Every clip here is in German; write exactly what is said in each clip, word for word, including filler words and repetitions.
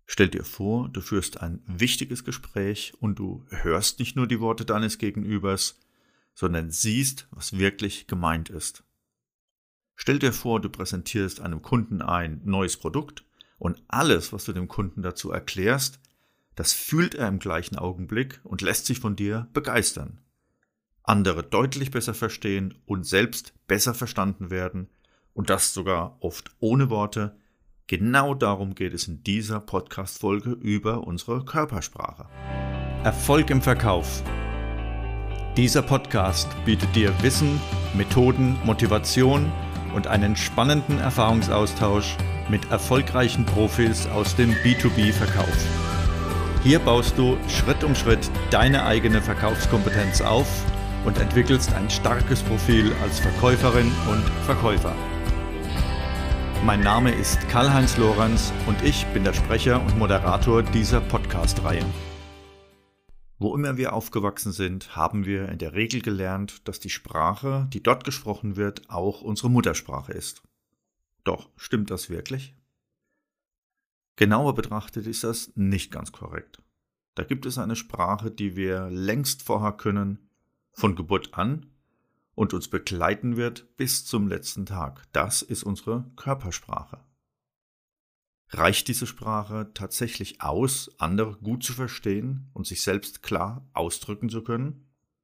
Stell dir vor, du führst ein wichtiges Gespräch und du hörst nicht nur die Worte deines Gegenübers, sondern siehst, was wirklich gemeint ist. Stell dir vor, du präsentierst einem Kunden ein neues Produkt und alles, was du dem Kunden dazu erklärst, das fühlt er im gleichen Augenblick und lässt sich von dir begeistern. Andere deutlich besser verstehen und selbst besser verstanden werden und das sogar oft ohne Worte. Genau darum geht es in dieser Podcast-Folge über unsere Körpersprache. Erfolg im Verkauf. Dieser Podcast bietet dir Wissen, Methoden, Motivation und einen spannenden Erfahrungsaustausch mit erfolgreichen Profis aus dem B zwei B-Verkauf. Hier baust du Schritt um Schritt deine eigene Verkaufskompetenz auf und entwickelst ein starkes Profil als Verkäuferin und Verkäufer. Mein Name ist Karl-Heinz Lorenz und ich bin der Sprecher und Moderator dieser Podcast-Reihe. Wo immer wir aufgewachsen sind, haben wir in der Regel gelernt, dass die Sprache, die dort gesprochen wird, auch unsere Muttersprache ist. Doch stimmt das wirklich? Genauer betrachtet ist das nicht ganz korrekt. Da gibt es eine Sprache, die wir längst vorher können, von Geburt an, und uns begleiten wird bis zum letzten Tag. Das ist unsere Körpersprache. Reicht diese Sprache tatsächlich aus, andere gut zu verstehen und sich selbst klar ausdrücken zu können?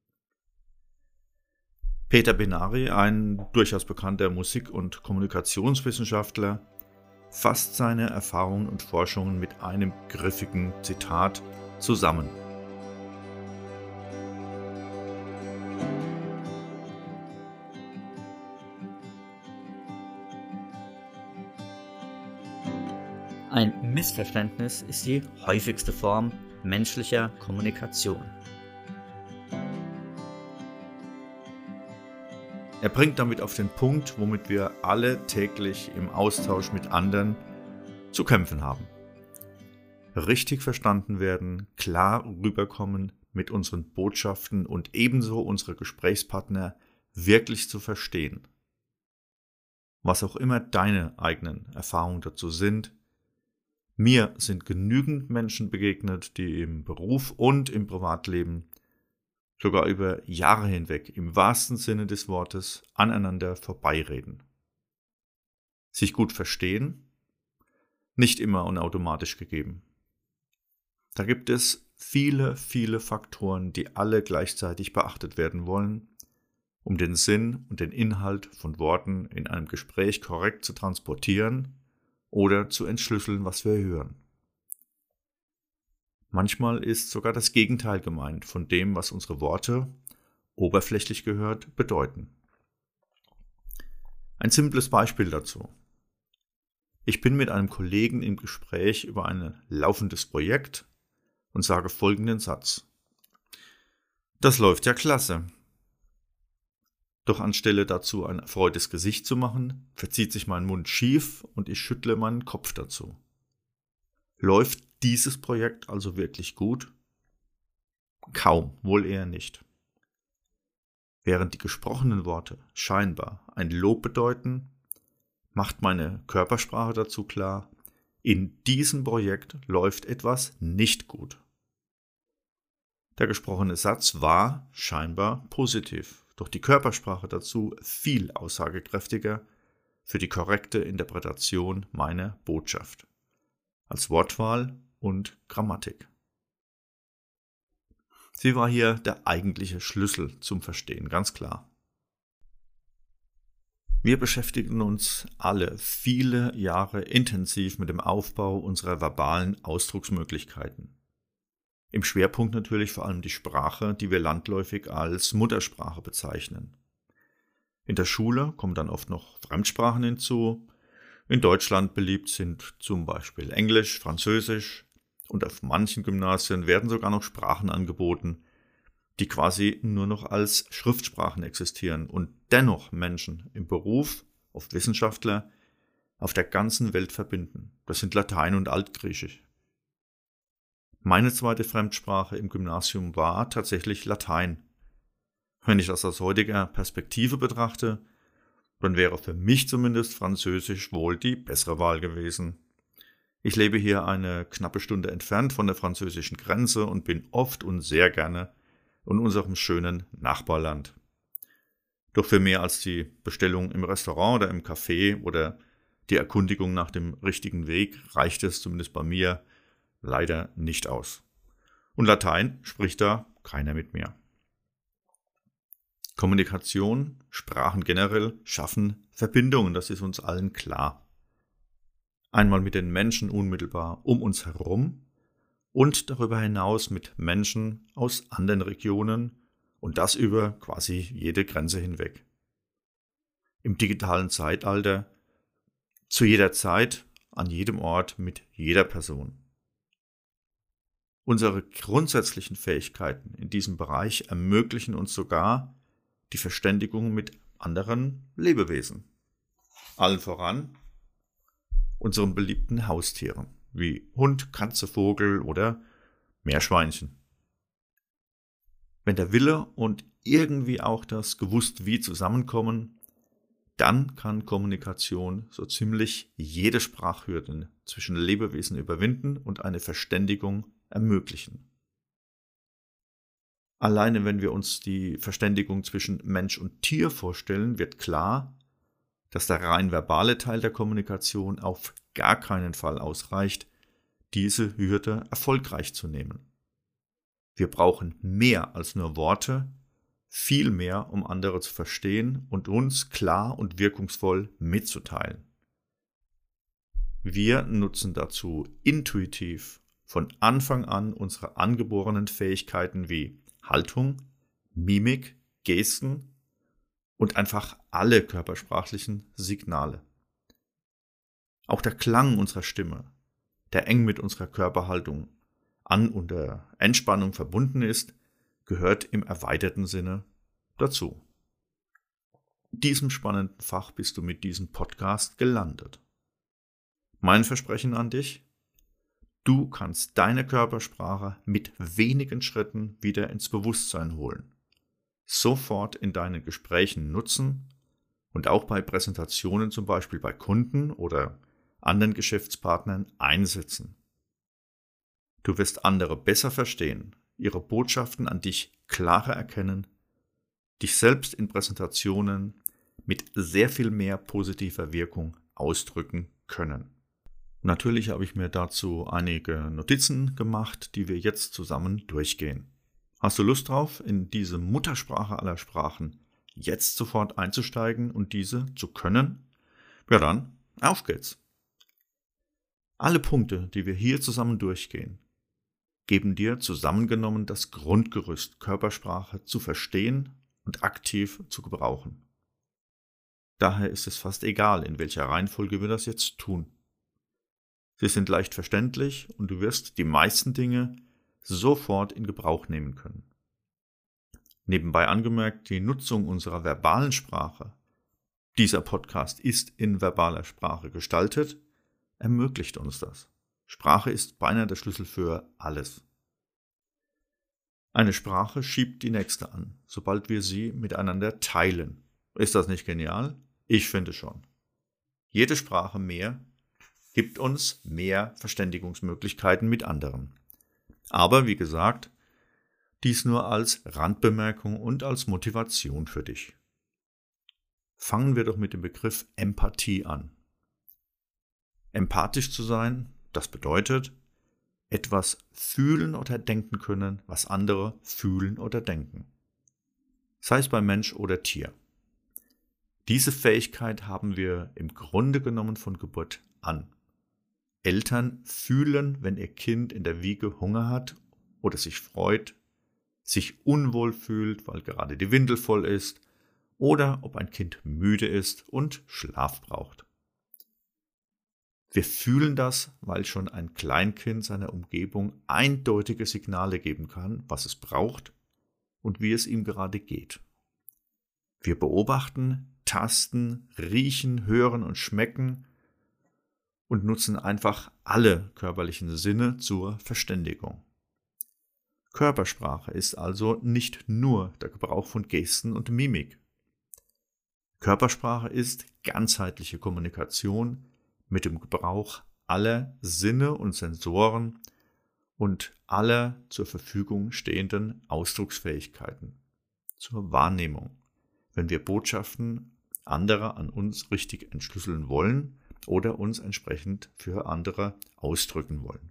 Peter Benari, ein durchaus bekannter Musik- und Kommunikationswissenschaftler, fasst seine Erfahrungen und Forschungen mit einem griffigen Zitat zusammen. Ein Missverständnis ist die häufigste Form menschlicher Kommunikation. Er bringt damit auf den Punkt, womit wir alle täglich im Austausch mit anderen zu kämpfen haben. Richtig verstanden werden, klar rüberkommen, mit unseren Botschaften und ebenso unsere Gesprächspartner wirklich zu verstehen. Was auch immer deine eigenen Erfahrungen dazu sind, mir sind genügend Menschen begegnet, die im Beruf und im Privatleben sogar über Jahre hinweg im wahrsten Sinne des Wortes aneinander vorbeireden. Sich gut verstehen? Nicht immer und automatisch gegeben. Da gibt es viele, viele Faktoren, die alle gleichzeitig beachtet werden wollen, um den Sinn und den Inhalt von Worten in einem Gespräch korrekt zu transportieren oder zu entschlüsseln, was wir hören. Manchmal ist sogar das Gegenteil gemeint von dem, was unsere Worte, oberflächlich gehört, bedeuten. Ein simples Beispiel dazu. Ich bin mit einem Kollegen im Gespräch über ein laufendes Projekt und sage folgenden Satz. Das läuft ja klasse. Doch anstelle dazu ein erfreutes Gesicht zu machen, verzieht sich mein Mund schief und ich schüttle meinen Kopf dazu. Läuft dieses Projekt also wirklich gut? Kaum, wohl eher nicht. Während die gesprochenen Worte scheinbar ein Lob bedeuten, macht meine Körpersprache dazu klar, in diesem Projekt läuft etwas nicht gut. Der gesprochene Satz war scheinbar positiv. Doch die Körpersprache dazu viel aussagekräftiger für die korrekte Interpretation meiner Botschaft, als Wortwahl und Grammatik. Sie war hier der eigentliche Schlüssel zum Verstehen, ganz klar. Wir beschäftigen uns alle viele Jahre intensiv mit dem Aufbau unserer verbalen Ausdrucksmöglichkeiten. Im Schwerpunkt natürlich vor allem die Sprache, die wir landläufig als Muttersprache bezeichnen. In der Schule kommen dann oft noch Fremdsprachen hinzu. In Deutschland beliebt sind zum Beispiel Englisch, Französisch und auf manchen Gymnasien werden sogar noch Sprachen angeboten, die quasi nur noch als Schriftsprachen existieren und dennoch Menschen im Beruf, oft Wissenschaftler, auf der ganzen Welt verbinden. Das sind Latein und Altgriechisch. Meine zweite Fremdsprache im Gymnasium war tatsächlich Latein. Wenn ich das aus heutiger Perspektive betrachte, dann wäre für mich zumindest Französisch wohl die bessere Wahl gewesen. Ich lebe hier eine knappe Stunde entfernt von der französischen Grenze und bin oft und sehr gerne in unserem schönen Nachbarland. Doch für mehr als die Bestellung im Restaurant oder im Café oder die Erkundigung nach dem richtigen Weg reicht es zumindest bei mir leider nicht aus. Und Latein spricht da keiner mit mir. Kommunikation, Sprachen generell schaffen Verbindungen, das ist uns allen klar. Einmal mit den Menschen unmittelbar um uns herum und darüber hinaus mit Menschen aus anderen Regionen und das über quasi jede Grenze hinweg. Im digitalen Zeitalter, zu jeder Zeit, an jedem Ort, mit jeder Person. Unsere grundsätzlichen Fähigkeiten in diesem Bereich ermöglichen uns sogar die Verständigung mit anderen Lebewesen. Allen voran unseren beliebten Haustieren, wie Hund, Katze, Vogel oder Meerschweinchen. Wenn der Wille und irgendwie auch das Gewusst-Wie zusammenkommen, dann kann Kommunikation so ziemlich jede Sprachhürde zwischen Lebewesen überwinden und eine Verständigung ermöglichen. Alleine wenn wir uns die Verständigung zwischen Mensch und Tier vorstellen, wird klar, dass der rein verbale Teil der Kommunikation auf gar keinen Fall ausreicht, diese Hürde erfolgreich zu nehmen. Wir brauchen mehr als nur Worte, viel mehr, um andere zu verstehen und uns klar und wirkungsvoll mitzuteilen. Wir nutzen dazu intuitiv von Anfang an unsere angeborenen Fähigkeiten wie Haltung, Mimik, Gesten und einfach alle körpersprachlichen Signale. Auch der Klang unserer Stimme, der eng mit unserer Körperhaltung an und der Entspannung verbunden ist, gehört im erweiterten Sinne dazu. In diesem spannenden Fach bist du mit diesem Podcast gelandet. Mein Versprechen an dich: Du kannst deine Körpersprache mit wenigen Schritten wieder ins Bewusstsein holen, sofort in deinen Gesprächen nutzen und auch bei Präsentationen, zum Beispiel bei Kunden oder anderen Geschäftspartnern, einsetzen. Du wirst andere besser verstehen, ihre Botschaften an dich klarer erkennen, dich selbst in Präsentationen mit sehr viel mehr positiver Wirkung ausdrücken können. Natürlich habe ich mir dazu einige Notizen gemacht, die wir jetzt zusammen durchgehen. Hast du Lust drauf, in diese Muttersprache aller Sprachen jetzt sofort einzusteigen und diese zu können? Ja dann, auf geht's! Alle Punkte, die wir hier zusammen durchgehen, geben dir zusammengenommen das Grundgerüst, Körpersprache zu verstehen und aktiv zu gebrauchen. Daher ist es fast egal, in welcher Reihenfolge wir das jetzt tun. Sie sind leicht verständlich und du wirst die meisten Dinge sofort in Gebrauch nehmen können. Nebenbei angemerkt, die Nutzung unserer verbalen Sprache, dieser Podcast ist in verbaler Sprache gestaltet, ermöglicht uns das. Sprache ist beinahe der Schlüssel für alles. Eine Sprache schiebt die nächste an, sobald wir sie miteinander teilen. Ist das nicht genial? Ich finde schon. Jede Sprache mehr gibt uns mehr Verständigungsmöglichkeiten mit anderen. Aber wie gesagt, dies nur als Randbemerkung und als Motivation für dich. Fangen wir doch mit dem Begriff Empathie an. Empathisch zu sein, das bedeutet, etwas fühlen oder denken können, was andere fühlen oder denken. Sei es bei Mensch oder Tier. Diese Fähigkeit haben wir im Grunde genommen von Geburt an. Eltern fühlen, wenn ihr Kind in der Wiege Hunger hat oder sich freut, sich unwohl fühlt, weil gerade die Windel voll ist, oder ob ein Kind müde ist und Schlaf braucht. Wir fühlen das, weil schon ein Kleinkind seiner Umgebung eindeutige Signale geben kann, was es braucht und wie es ihm gerade geht. Wir beobachten, tasten, riechen, hören und schmecken und nutzen einfach alle körperlichen Sinne zur Verständigung. Körpersprache ist also nicht nur der Gebrauch von Gesten und Mimik. Körpersprache ist ganzheitliche Kommunikation mit dem Gebrauch aller Sinne und Sensoren und aller zur Verfügung stehenden Ausdrucksfähigkeiten zur Wahrnehmung, wenn wir Botschaften anderer an uns richtig entschlüsseln wollen oder uns entsprechend für andere ausdrücken wollen.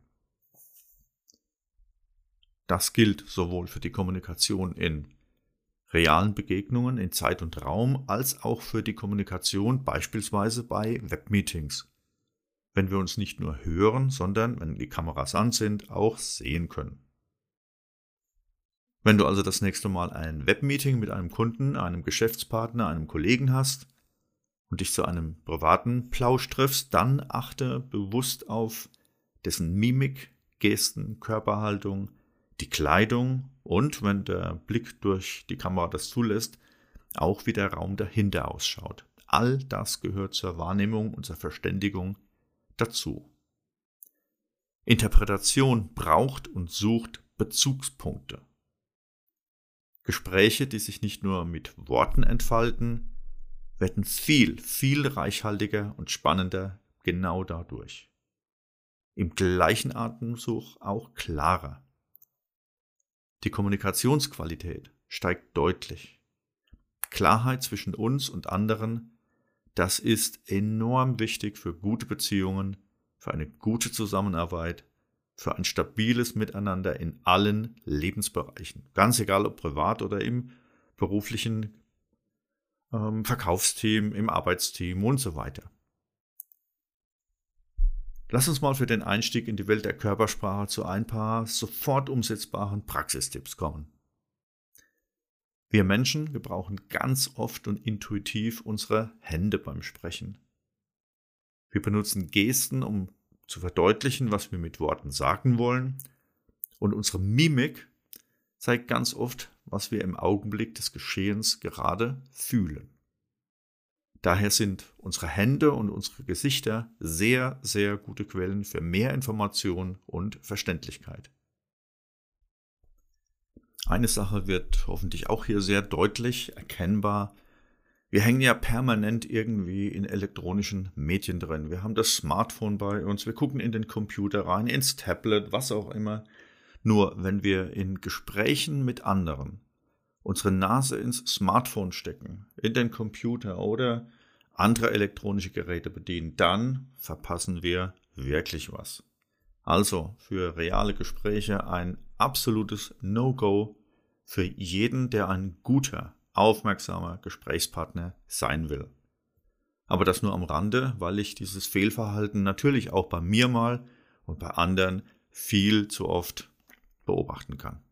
Das gilt sowohl für die Kommunikation in realen Begegnungen in Zeit und Raum als auch für die Kommunikation beispielsweise bei Webmeetings, wenn wir uns nicht nur hören, sondern, wenn die Kameras an sind, auch sehen können. Wenn du also das nächste Mal ein Webmeeting mit einem Kunden, einem Geschäftspartner, einem Kollegen hast und dich zu einem privaten Plausch triffst, dann achte bewusst auf dessen Mimik, Gesten, Körperhaltung, die Kleidung und, wenn der Blick durch die Kamera das zulässt, auch wie der Raum dahinter ausschaut. All das gehört zur Wahrnehmung und zur Verständigung dazu. Interpretation braucht und sucht Bezugspunkte. Gespräche, die sich nicht nur mit Worten entfalten, werden viel, viel reichhaltiger und spannender genau dadurch. Im gleichen Atemzug auch klarer. Die Kommunikationsqualität steigt deutlich. Klarheit zwischen uns und anderen, das ist enorm wichtig für gute Beziehungen, für eine gute Zusammenarbeit, für ein stabiles Miteinander in allen Lebensbereichen. Ganz egal, ob privat oder im beruflichen ähm, Verkaufsteam, im Arbeitsteam und so weiter. Lass uns mal für den Einstieg in die Welt der Körpersprache zu ein paar sofort umsetzbaren Praxistipps kommen. Wir Menschen gebrauchen ganz oft und intuitiv unsere Hände beim Sprechen. Wir benutzen Gesten, um zu verdeutlichen, was wir mit Worten sagen wollen, und unsere Mimik zeigt ganz oft, was wir im Augenblick des Geschehens gerade fühlen. Daher sind unsere Hände und unsere Gesichter sehr, sehr gute Quellen für mehr Information und Verständlichkeit. Eine Sache wird hoffentlich auch hier sehr deutlich erkennbar. Wir hängen ja permanent irgendwie in elektronischen Medien drin. Wir haben das Smartphone bei uns, wir gucken in den Computer rein, ins Tablet, was auch immer. Nur wenn wir in Gesprächen mit anderen unsere Nase ins Smartphone stecken, in den Computer oder andere elektronische Geräte bedienen, dann verpassen wir wirklich was. Also für reale Gespräche ein absolutes No-Go für jeden, der ein guter, aufmerksamer Gesprächspartner sein will. Aber das nur am Rande, weil ich dieses Fehlverhalten natürlich auch bei mir mal und bei anderen viel zu oft beobachten kann.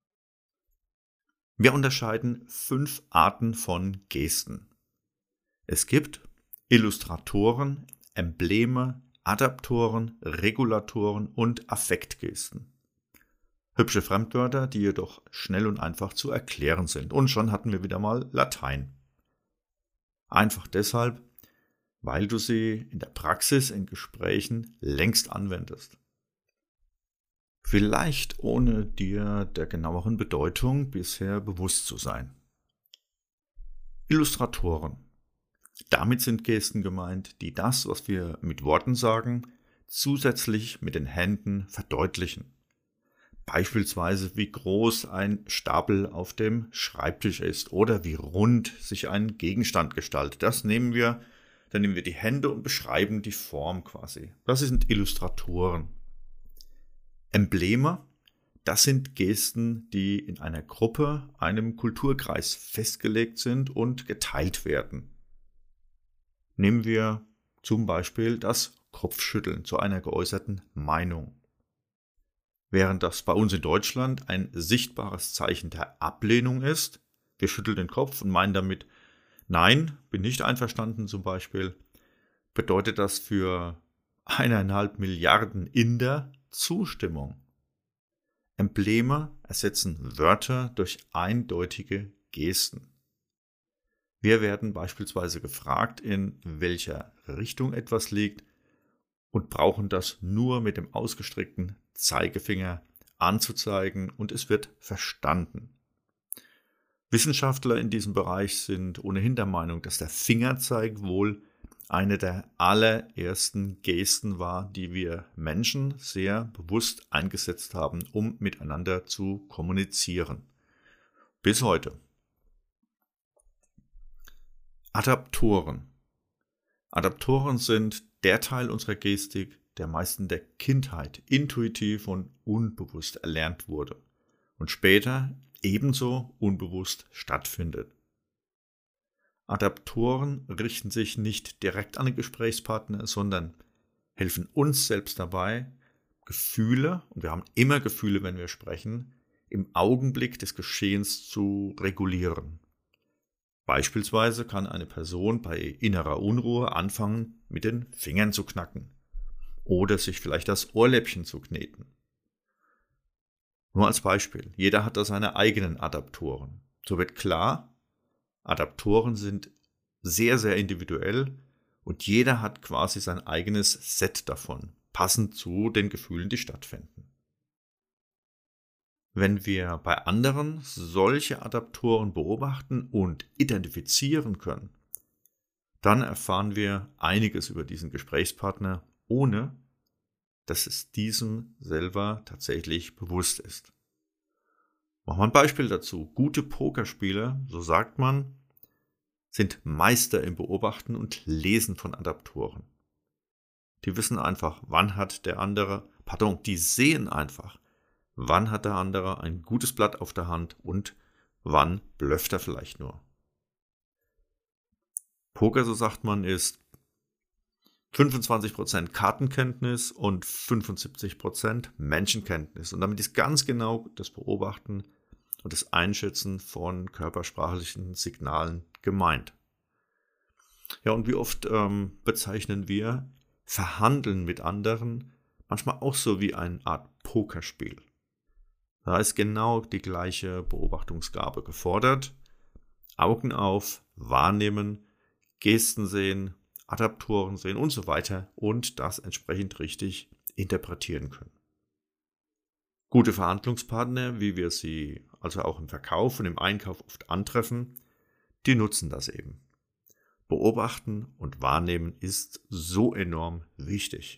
Wir unterscheiden fünf Arten von Gesten. Es gibt Illustratoren, Embleme, Adaptoren, Regulatoren und Affektgesten. Hübsche Fremdwörter, die jedoch schnell und einfach zu erklären sind. Und schon hatten wir wieder mal Latein. Einfach deshalb, weil du sie in der Praxis, in Gesprächen längst anwendest. Vielleicht ohne dir der genaueren Bedeutung bisher bewusst zu sein. Illustratoren. Damit sind Gesten gemeint, die das, was wir mit Worten sagen, zusätzlich mit den Händen verdeutlichen. Beispielsweise wie groß ein Stapel auf dem Schreibtisch ist oder wie rund sich ein Gegenstand gestaltet. Das nehmen wir, dann nehmen wir die Hände und beschreiben die Form quasi. Das sind Illustratoren. Embleme, das sind Gesten, die in einer Gruppe, einem Kulturkreis festgelegt sind und geteilt werden. Nehmen wir zum Beispiel das Kopfschütteln zu einer geäußerten Meinung. Während das bei uns in Deutschland ein sichtbares Zeichen der Ablehnung ist, wir schütteln den Kopf und meinen damit, nein, bin nicht einverstanden zum Beispiel, bedeutet das für eineinhalb Milliarden Inder Zustimmung. Embleme ersetzen Wörter durch eindeutige Gesten. Wir werden beispielsweise gefragt, in welcher Richtung etwas liegt und brauchen das nur mit dem ausgestreckten Zeigefinger anzuzeigen und es wird verstanden. Wissenschaftler in diesem Bereich sind ohnehin der Meinung, dass der Fingerzeig wohl eine der allerersten Gesten war, die wir Menschen sehr bewusst eingesetzt haben, um miteinander zu kommunizieren. Bis heute. Adaptoren. Adaptoren sind der Teil unserer Gestik, der meist in der Kindheit intuitiv und unbewusst erlernt wurde und später ebenso unbewusst stattfindet. Adaptoren richten sich nicht direkt an den Gesprächspartner, sondern helfen uns selbst dabei, Gefühle, und wir haben immer Gefühle, wenn wir sprechen, im Augenblick des Geschehens zu regulieren. Beispielsweise kann eine Person bei innerer Unruhe anfangen, mit den Fingern zu knacken oder sich vielleicht das Ohrläppchen zu kneten. Nur als Beispiel, jeder hat da seine eigenen Adaptoren. So wird klar, Adaptoren sind sehr, sehr individuell und jeder hat quasi sein eigenes Set davon, passend zu den Gefühlen, die stattfinden. Wenn wir bei anderen solche Adaptoren beobachten und identifizieren können, dann erfahren wir einiges über diesen Gesprächspartner, ohne dass es diesem selber tatsächlich bewusst ist. Machen wir ein Beispiel dazu. Gute Pokerspieler, so sagt man, sind Meister im Beobachten und Lesen von Adaptoren. Die wissen einfach, wann hat der andere, pardon, die sehen einfach, wann hat der andere ein gutes Blatt auf der Hand und wann blufft er vielleicht nur. Poker, so sagt man, ist fünfundzwanzig Prozent Kartenkenntnis und fünfundsiebzig Prozent Menschenkenntnis. Und damit ist ganz genau das Beobachten und das Einschätzen von körpersprachlichen Signalen gemeint. Ja, und wie oft ähm, bezeichnen wir Verhandeln mit anderen manchmal auch so wie eine Art Pokerspiel. Da ist genau die gleiche Beobachtungsgabe gefordert. Augen auf, wahrnehmen, Gesten sehen, Adaptoren sehen und so weiter und das entsprechend richtig interpretieren können. Gute Verhandlungspartner, wie wir sie also auch im Verkauf und im Einkauf oft antreffen, die nutzen das eben. Beobachten und wahrnehmen ist so enorm wichtig.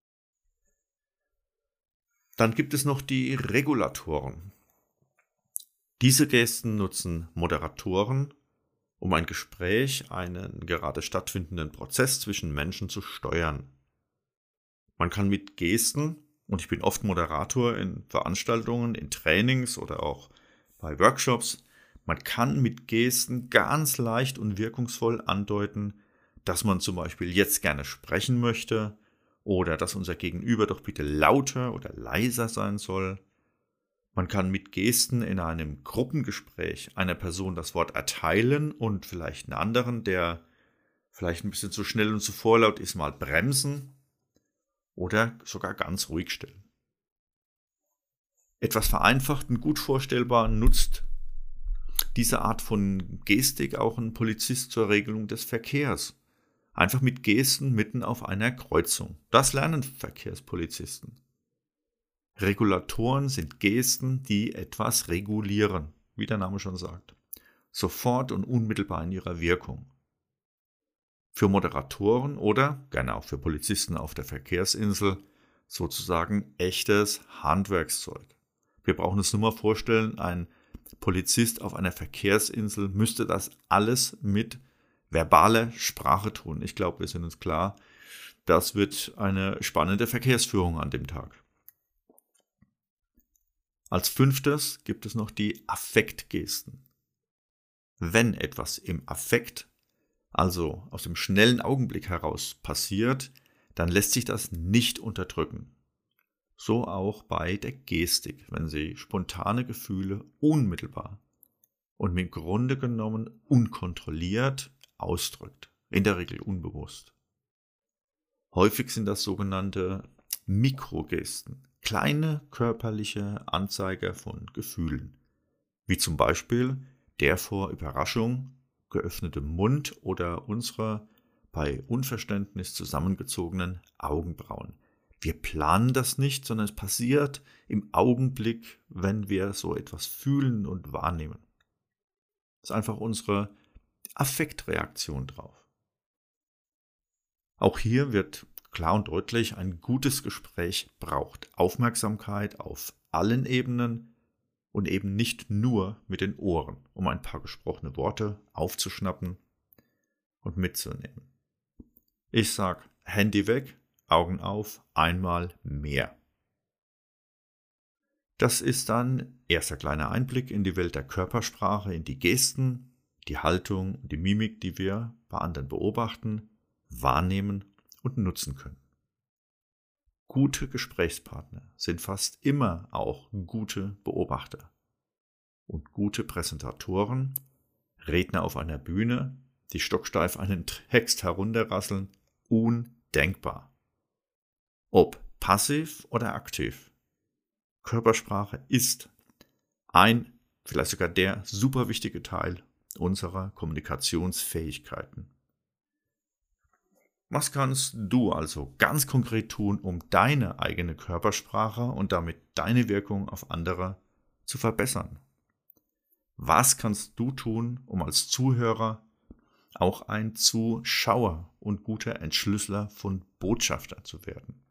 Dann gibt es noch die Regulatoren. Diese Gesten nutzen Moderatoren, um ein Gespräch, einen gerade stattfindenden Prozess zwischen Menschen zu steuern. Man kann mit Gesten, und ich bin oft Moderator in Veranstaltungen, in Trainings oder auch bei Workshops, man kann mit Gesten ganz leicht und wirkungsvoll andeuten, dass man zum Beispiel jetzt gerne sprechen möchte oder dass unser Gegenüber doch bitte lauter oder leiser sein soll. Man kann mit Gesten in einem Gruppengespräch einer Person das Wort erteilen und vielleicht einen anderen, der vielleicht ein bisschen zu schnell und zu vorlaut ist, mal bremsen oder sogar ganz ruhig stellen. Etwas vereinfacht und gut vorstellbar nutzt diese Art von Gestik auch ein Polizist zur Regelung des Verkehrs. Einfach mit Gesten mitten auf einer Kreuzung. Das lernen Verkehrspolizisten. Regulatoren sind Gesten, die etwas regulieren, wie der Name schon sagt. Sofort und unmittelbar in ihrer Wirkung. Für Moderatoren oder gerne auch für Polizisten auf der Verkehrsinsel sozusagen echtes Handwerkszeug. Wir brauchen uns nur mal vorstellen, ein Polizist auf einer Verkehrsinsel müsste das alles mit verbaler Sprache tun. Ich glaube, wir sind uns klar, das wird eine spannende Verkehrsführung an dem Tag. Als fünftes gibt es noch die Affektgesten. Wenn etwas im Affekt, also aus dem schnellen Augenblick heraus passiert, dann lässt sich das nicht unterdrücken. So auch bei der Gestik, wenn sie spontane Gefühle unmittelbar und im Grunde genommen unkontrolliert ausdrückt, in der Regel unbewusst. Häufig sind das sogenannte Mikrogesten, kleine körperliche Anzeiger von Gefühlen, wie zum Beispiel der vor Überraschung geöffnete Mund oder unsere bei Unverständnis zusammengezogenen Augenbrauen. Wir planen das nicht, sondern es passiert im Augenblick, wenn wir so etwas fühlen und wahrnehmen. Das ist einfach unsere Affektreaktion drauf. Auch hier wird klar und deutlich, ein gutes Gespräch braucht Aufmerksamkeit auf allen Ebenen und eben nicht nur mit den Ohren, um ein paar gesprochene Worte aufzuschnappen und mitzunehmen. Ich sag Handy weg, Augen auf, einmal mehr. Das ist dann erster kleiner Einblick in die Welt der Körpersprache, in die Gesten, die Haltung und die Mimik, die wir bei anderen beobachten, wahrnehmen und nutzen können. Gute Gesprächspartner sind fast immer auch gute Beobachter und gute Präsentatoren, Redner auf einer Bühne, die stocksteif einen Text herunterrasseln, undenkbar. Ob passiv oder aktiv. Körpersprache ist ein, vielleicht sogar der super wichtige Teil unserer Kommunikationsfähigkeiten. Was kannst du also ganz konkret tun, um deine eigene Körpersprache und damit deine Wirkung auf andere zu verbessern? Was kannst du tun, um als Zuhörer auch ein Zuschauer und guter Entschlüsseler von Botschafter zu werden?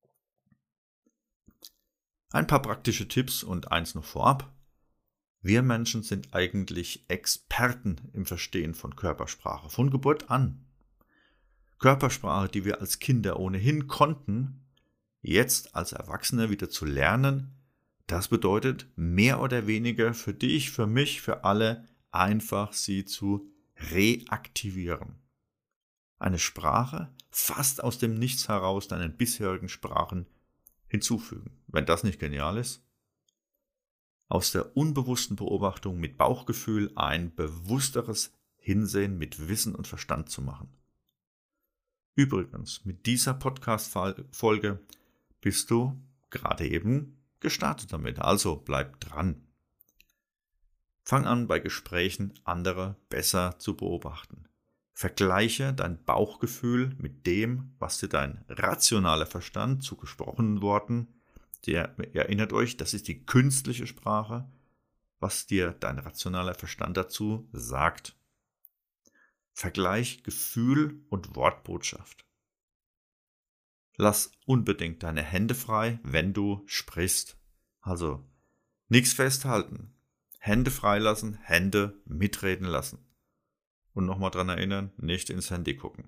Ein paar praktische Tipps und eins noch vorab. Wir Menschen sind eigentlich Experten im Verstehen von Körpersprache, von Geburt an. Körpersprache, die wir als Kinder ohnehin konnten, jetzt als Erwachsene wieder zu lernen, das bedeutet mehr oder weniger für dich, für mich, für alle, einfach sie zu reaktivieren. Eine Sprache fast aus dem Nichts heraus deinen bisherigen Sprachen hinzufügen. Wenn das nicht genial ist, aus der unbewussten Beobachtung mit Bauchgefühl ein bewussteres Hinsehen mit Wissen und Verstand zu machen. Übrigens, mit dieser Podcast-Folge bist du gerade eben gestartet damit, also bleib dran. Fang an, bei Gesprächen andere besser zu beobachten. Vergleiche dein Bauchgefühl mit dem, was dir dein rationaler Verstand zu gesprochenen Worten, der, erinnert euch, das ist die künstliche Sprache, was dir dein rationaler Verstand dazu sagt. Vergleich Gefühl und Wortbotschaft. Lass unbedingt deine Hände frei, wenn du sprichst. Also nichts festhalten. Hände freilassen, Hände mitreden lassen. Und nochmal dran erinnern, nicht ins Handy gucken.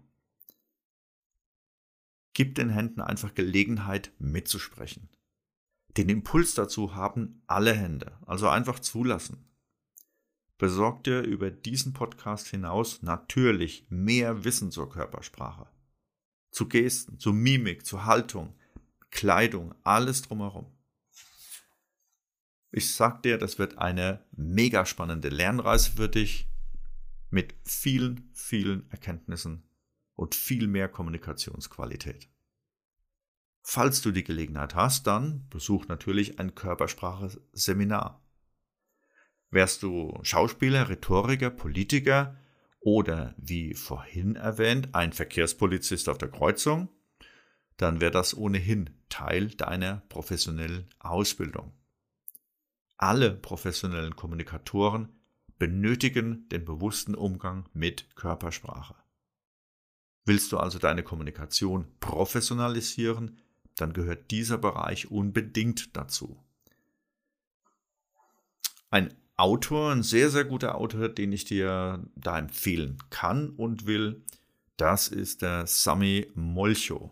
Gib den Händen einfach Gelegenheit mitzusprechen. Den Impuls dazu haben alle Hände, also einfach zulassen. Besorg dir über diesen Podcast hinaus natürlich mehr Wissen zur Körpersprache. Zu Gesten, zu Mimik, zu Haltung, Kleidung, alles drumherum. Ich sag dir, das wird eine mega spannende Lernreise für dich mit vielen, vielen Erkenntnissen und viel mehr Kommunikationsqualität. Falls du die Gelegenheit hast, dann besuch natürlich ein Körpersprache-Seminar. Wärst du Schauspieler, Rhetoriker, Politiker oder, wie vorhin erwähnt, ein Verkehrspolizist auf der Kreuzung, dann wäre das ohnehin Teil deiner professionellen Ausbildung. Alle professionellen Kommunikatoren benötigen den bewussten Umgang mit Körpersprache. Willst du also deine Kommunikation professionalisieren, dann gehört dieser Bereich unbedingt dazu. Ein Autor, ein sehr, sehr guter Autor, den ich dir da empfehlen kann und will, das ist der Sami Molcho.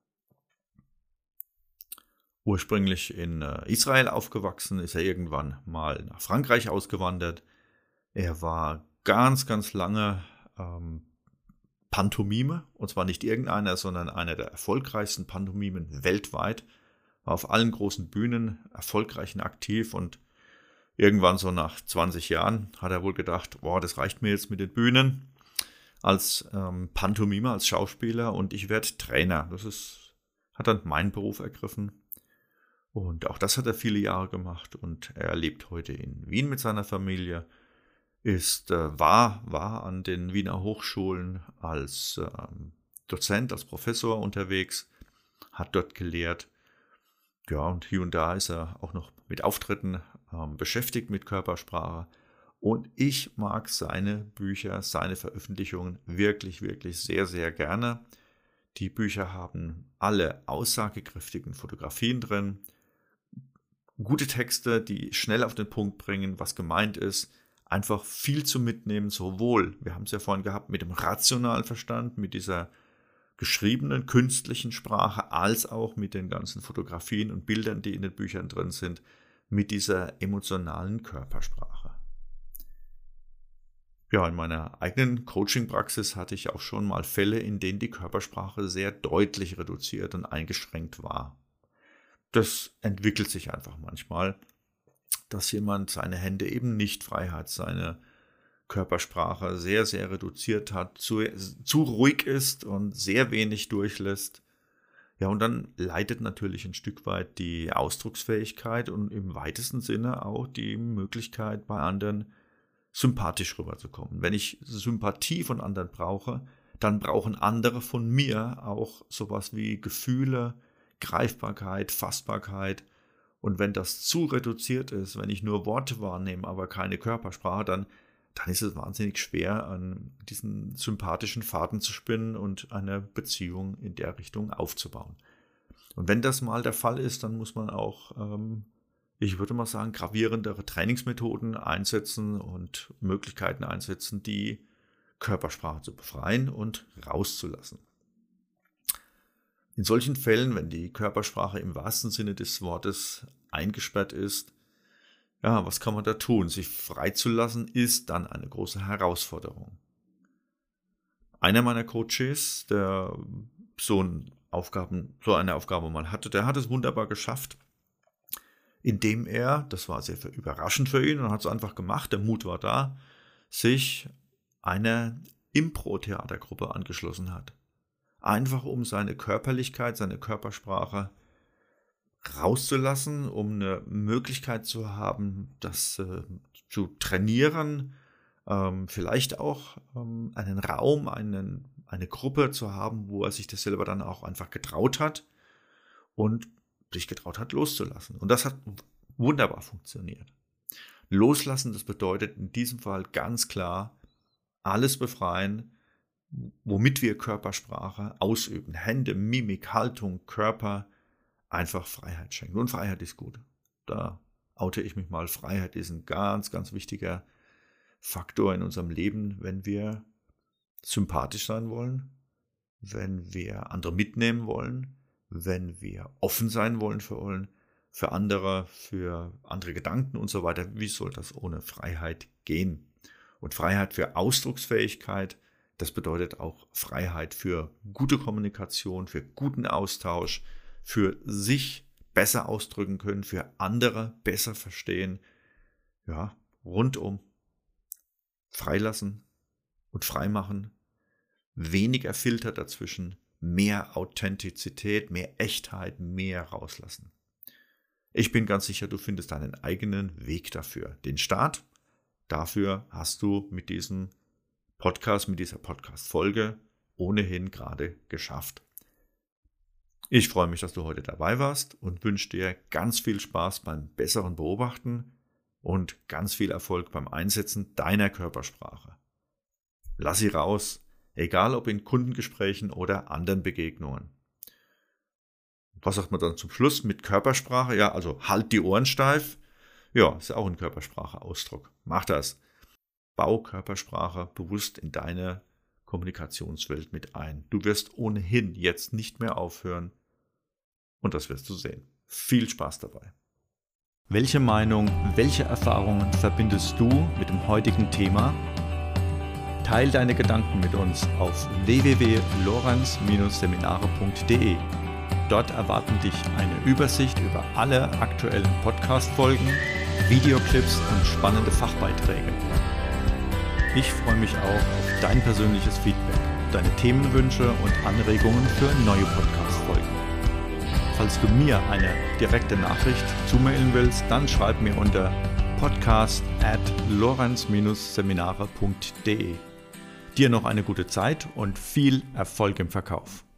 Ursprünglich in Israel aufgewachsen, ist er irgendwann mal nach Frankreich ausgewandert. Er war ganz, ganz lange ähm, Pantomime, und zwar nicht irgendeiner, sondern einer der erfolgreichsten Pantomimen weltweit, war auf allen großen Bühnen erfolgreich und aktiv und irgendwann so nach zwanzig Jahren hat er wohl gedacht, boah, das reicht mir jetzt mit den Bühnen als ähm, Pantomime, als Schauspieler und ich werde Trainer. Das ist, hat dann meinen Beruf ergriffen. Und auch das hat er viele Jahre gemacht und er lebt heute in Wien mit seiner Familie, ist, äh, war, war an den Wiener Hochschulen als äh, Dozent, als Professor unterwegs, hat dort gelehrt. Ja, und hier und da ist er auch noch mit Auftritten äh, beschäftigt mit Körpersprache. Und ich mag seine Bücher, seine Veröffentlichungen wirklich, wirklich sehr, sehr gerne. Die Bücher haben alle aussagekräftigen Fotografien drin, gute Texte, die schnell auf den Punkt bringen, was gemeint ist, einfach viel zu mitnehmen, sowohl, wir haben es ja vorhin gehabt, mit dem rationalen Verstand, mit dieser geschriebenen, künstlichen Sprache, als auch mit den ganzen Fotografien und Bildern, die in den Büchern drin sind, mit dieser emotionalen Körpersprache. Ja, in meiner eigenen Coaching-Praxis hatte ich auch schon mal Fälle, in denen die Körpersprache sehr deutlich reduziert und eingeschränkt war. Das entwickelt sich einfach manchmal, dass jemand seine Hände eben nicht frei hat, seine Körpersprache sehr, sehr reduziert hat, zu, zu ruhig ist und sehr wenig durchlässt. Ja, und dann leidet natürlich ein Stück weit die Ausdrucksfähigkeit und im weitesten Sinne auch die Möglichkeit, bei anderen sympathisch rüberzukommen. Wenn ich Sympathie von anderen brauche, dann brauchen andere von mir auch sowas wie Gefühle, Greifbarkeit, Fassbarkeit. Und wenn das zu reduziert ist, wenn ich nur Worte wahrnehme, aber keine Körpersprache, dann, dann ist es wahnsinnig schwer, an diesen sympathischen Faden zu spinnen und eine Beziehung in der Richtung aufzubauen. Und wenn das mal der Fall ist, dann muss man auch, ähm, ich würde mal sagen, gravierendere Trainingsmethoden einsetzen und Möglichkeiten einsetzen, die Körpersprache zu befreien und rauszulassen. In solchen Fällen, wenn die Körpersprache im wahrsten Sinne des Wortes eingesperrt ist, ja, was kann man da tun? Sich freizulassen ist dann eine große Herausforderung. Einer meiner Coaches, der so, ein Aufgaben, so eine Aufgabe mal hatte, der hat es wunderbar geschafft, indem er, das war sehr überraschend für ihn und hat es einfach gemacht, der Mut war da, sich einer Impro-Theatergruppe angeschlossen hat. Einfach um seine Körperlichkeit, seine Körpersprache rauszulassen, um eine Möglichkeit zu haben, das äh, zu trainieren, ähm, vielleicht auch ähm, einen Raum, einen, eine Gruppe zu haben, wo er sich das selber dann auch einfach getraut hat und sich getraut hat, loszulassen. Und das hat wunderbar funktioniert. Loslassen, das bedeutet in diesem Fall ganz klar, alles befreien, womit wir Körpersprache ausüben. Hände, Mimik, Haltung, Körper, einfach Freiheit schenken. Und Freiheit ist gut. Da oute ich mich mal. Freiheit ist ein ganz, ganz wichtiger Faktor in unserem Leben, wenn wir sympathisch sein wollen, wenn wir andere mitnehmen wollen, wenn wir offen sein wollen für, für andere, für andere Gedanken und so weiter. Wie soll das ohne Freiheit gehen? Und Freiheit für Ausdrucksfähigkeit, das bedeutet auch Freiheit für gute Kommunikation, für guten Austausch, für sich besser ausdrücken können, für andere besser verstehen. Ja, rundum freilassen und freimachen, weniger Filter dazwischen, mehr Authentizität, mehr Echtheit, mehr rauslassen. Ich bin ganz sicher, du findest deinen eigenen Weg dafür. Den Start, dafür hast du mit diesem Podcast, mit dieser Podcast-Folge ohnehin gerade geschafft. Ich freue mich, dass du heute dabei warst und wünsche dir ganz viel Spaß beim besseren Beobachten und ganz viel Erfolg beim Einsetzen deiner Körpersprache. Lass sie raus, egal ob in Kundengesprächen oder anderen Begegnungen. Was sagt man dann zum Schluss mit Körpersprache? Ja, also halt die Ohren steif. Ja, ist ja auch ein Körpersprache-Ausdruck. Mach das. Bau Körpersprache bewusst in deine Kommunikationswelt mit ein. Du wirst ohnehin jetzt nicht mehr aufhören und das wirst du sehen. Viel Spaß dabei. Welche Meinung, welche Erfahrungen verbindest du mit dem heutigen Thema? Teil deine Gedanken mit uns auf w w w punkt lorenz seminare punkt de. Dort erwarten dich eine Übersicht über alle aktuellen Podcast-Folgen, Videoclips und spannende Fachbeiträge. Ich freue mich auch auf dein persönliches Feedback, deine Themenwünsche und Anregungen für neue Podcast-Folgen. Falls du mir eine direkte Nachricht zumailen willst, dann schreib mir unter podcast at lorenz seminare punkt de. Dir noch eine gute Zeit und viel Erfolg im Verkauf.